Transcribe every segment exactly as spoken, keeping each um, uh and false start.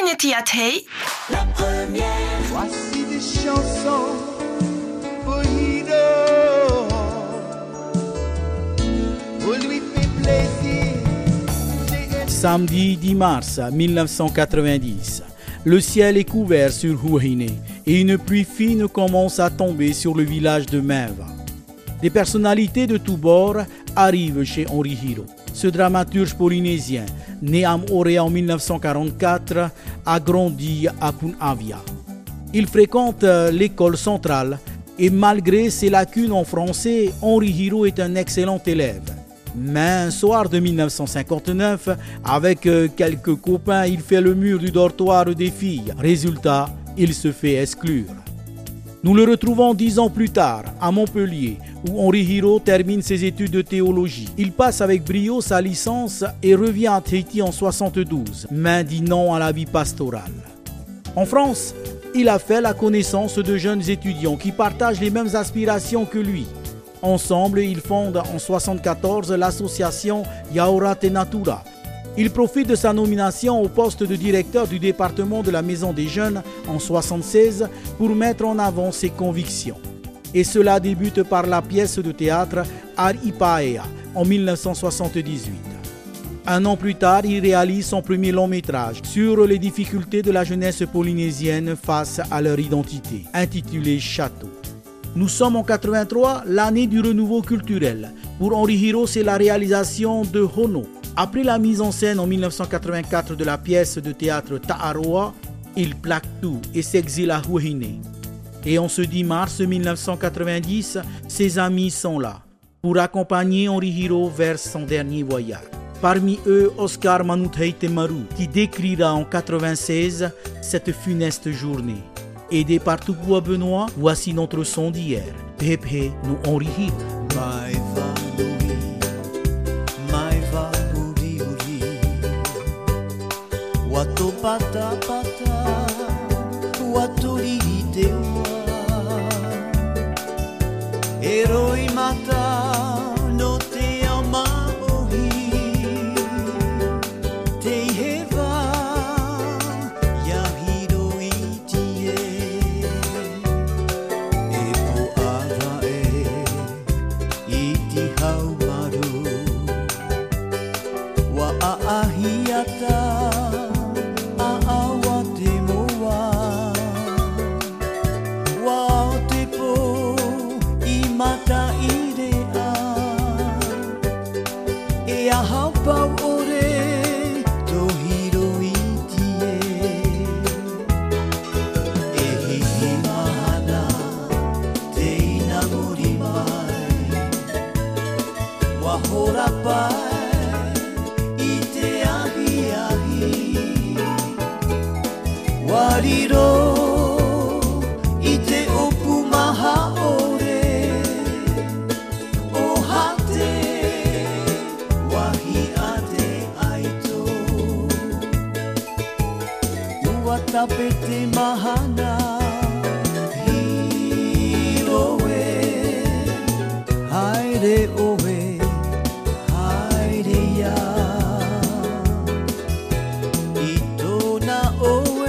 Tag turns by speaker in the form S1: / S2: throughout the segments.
S1: Community at Hay.
S2: La première.
S3: Voici des chansons pour Hiro. Pour lui faire plaisir.
S4: Samedi dix mars mille neuf cent quatre-vingt-dix, le ciel est couvert sur Huahine et une pluie fine commence à tomber sur le village de Meva. Des personnalités de tous bords arrivent chez Henri Hiro. Ce dramaturge polynésien, né à Moorea en mille neuf cent quarante-quatre, a grandi à Punavia. Il fréquente l'école centrale et malgré ses lacunes en français, Henri Hiro est un excellent élève. Mais un soir de mille neuf cent cinquante-neuf, avec quelques copains, il fait le mur du dortoir des filles. Résultat, il se fait exclure. Nous le retrouvons dix ans plus tard, à Montpellier, où Henri Hiro termine ses études de théologie. Il passe avec brio sa licence et revient à Tahiti en soixante-douze, mais dit non à la vie pastorale. En France, il a fait la connaissance de jeunes étudiants qui partagent les mêmes aspirations que lui. Ensemble, ils fondent en soixante-quatorze l'association Yaora Te Natura. Il profite de sa nomination au poste de directeur du département de la Maison des Jeunes en soixante-seize pour mettre en avant ses convictions. Et cela débute par la pièce de théâtre Aripaea en mille neuf cent soixante-dix-huit. Un an plus tard, il réalise son premier long métrage sur les difficultés de la jeunesse polynésienne face à leur identité, intitulé Château. Nous sommes en quatre-vingt-trois, l'année du renouveau culturel. Pour Henri Hiro, c'est la réalisation de Hono. Après la mise en scène en mille neuf cent quatre-vingt-quatre de la pièce de théâtre Ta'aroa, il plaque tout et s'exile à Huahine. Et en ce dix mars mille neuf cent quatre-vingt-dix, ses amis sont là pour accompagner Henri Hiro vers son dernier voyage. Parmi eux, Oscar Manuthaite Maru, qui décrira en quatre-vingt-seize cette funeste journée. Aidé par Tukua Benoît, voici notre son d'hier. Pepe no Henri Hiro.
S3: Watu pata pata, watu lili te wa. Eroi mata no te ama ohi. Te heva ya hiro itie. E po ara e iti hau maru. Wa aahiata.
S5: Wariro ite opu maha ore ohate wahi ate aito uatapete mahana hiroe haere oe haere ya ito na oe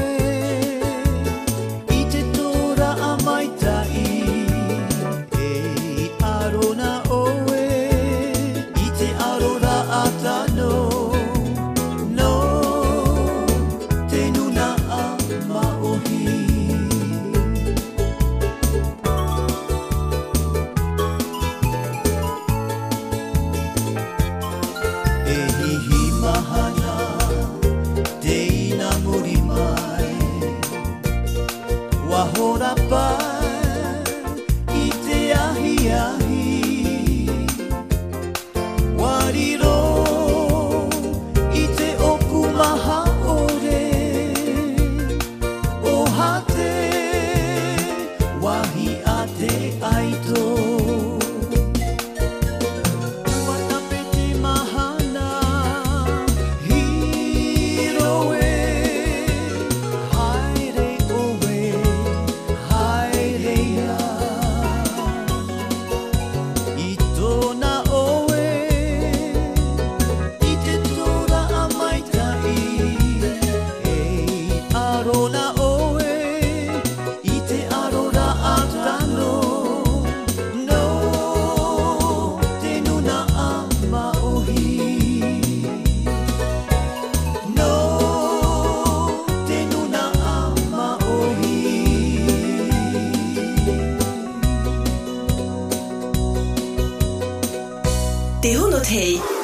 S1: Te Honot Hei.